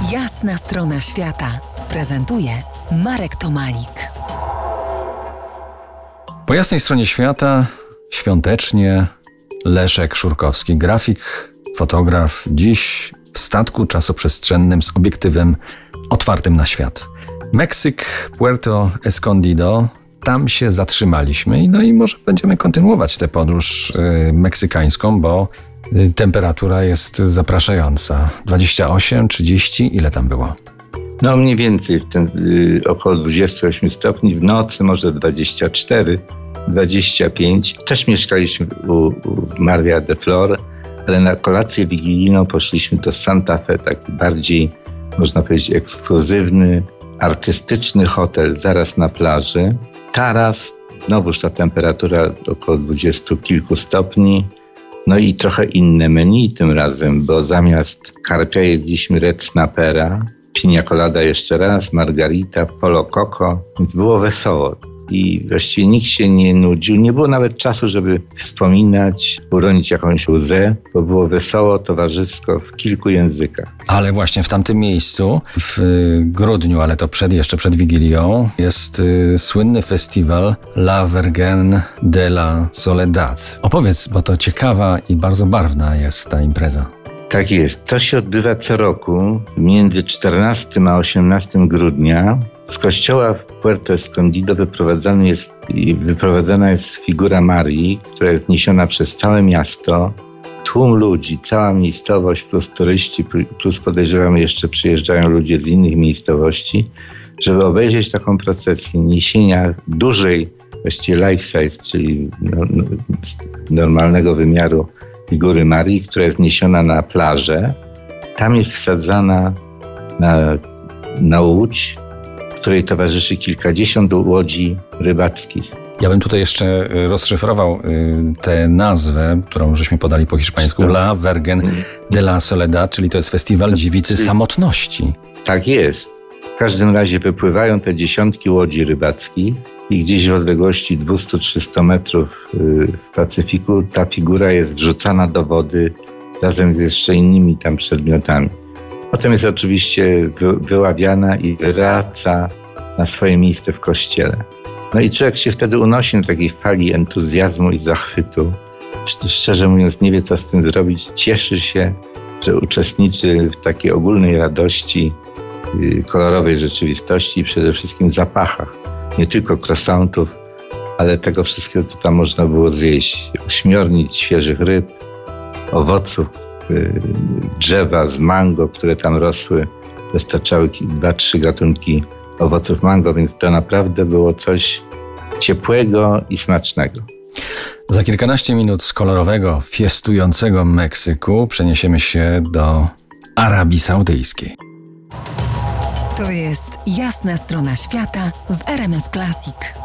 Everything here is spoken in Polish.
Jasna strona świata prezentuje Marek Tomalik. Po jasnej stronie świata świątecznie Leszek Szurkowski, grafik, fotograf, dziś w statku czasoprzestrzennym z obiektywem otwartym na świat. Meksyk, Puerto Escondido, tam się zatrzymaliśmy i może będziemy kontynuować tę podróż meksykańską, bo temperatura jest zapraszająca. 28, 30, ile tam było? No mniej więcej około 28 stopni, w nocy może 24, 25. Też mieszkaliśmy w Maria de Flor, ale na kolację wigilijną poszliśmy do Santa Fe, taki bardziej, można powiedzieć, ekskluzywny, artystyczny hotel zaraz na plaży. Taras, znowuż ta temperatura około 20 kilku stopni. No i trochę inne menu tym razem, bo zamiast karpia jedliśmy red snapera, piña colada jeszcze raz, margarita, polo coco, więc było wesoło. I właściwie nikt się nie nudził, nie było nawet czasu, żeby wspominać, uronić jakąś łzę, bo było wesoło, towarzysko w kilku językach. Ale właśnie w tamtym miejscu, w grudniu, ale to jeszcze przed Wigilią, jest słynny festiwal La Virgen de la Soledad. Opowiedz, bo to ciekawa i bardzo barwna jest ta impreza. Tak jest. To się odbywa co roku między 14 a 18 grudnia. Z kościoła w Puerto Escondido wyprowadzana jest figura Marii, która jest niesiona przez całe miasto. Tłum ludzi, cała miejscowość plus turyści, plus podejrzewam jeszcze przyjeżdżają ludzie z innych miejscowości, żeby obejrzeć taką procesję niesienia dużej, właściwie life size, czyli normalnego wymiaru figury Marii, która jest niesiona na plażę. Tam jest wsadzana na łódź, której towarzyszy kilkadziesiąt łodzi rybackich. Ja bym tutaj jeszcze rozszyfrował tę nazwę, którą żeśmy podali po hiszpańsku, La Virgen de la Soledad, czyli to jest festiwal dziewicy samotności. Tak jest. W każdym razie wypływają te dziesiątki łodzi rybackich i gdzieś w odległości 200-300 metrów w Pacyfiku ta figura jest wrzucana do wody razem z jeszcze innymi tam przedmiotami. Potem jest oczywiście wyławiana i wraca na swoje miejsce w kościele. No i człowiek się wtedy unosi na takiej fali entuzjazmu i zachwytu. Szczerze mówiąc, nie wie, co z tym zrobić. Cieszy się, że uczestniczy w takiej ogólnej radości, kolorowej rzeczywistości i przede wszystkim zapachach. Nie tylko croissantów, ale tego wszystkiego, co tam można było zjeść. Ośmiornic świeżych ryb, owoców, drzewa z mango, które tam rosły. Dostarczały 2-3 gatunki owoców mango, więc to naprawdę było coś ciepłego i smacznego. Za kilkanaście minut z kolorowego, fiestującego Meksyku przeniesiemy się do Arabii Saudyjskiej. To jest Jasna strona świata w RMF Classic.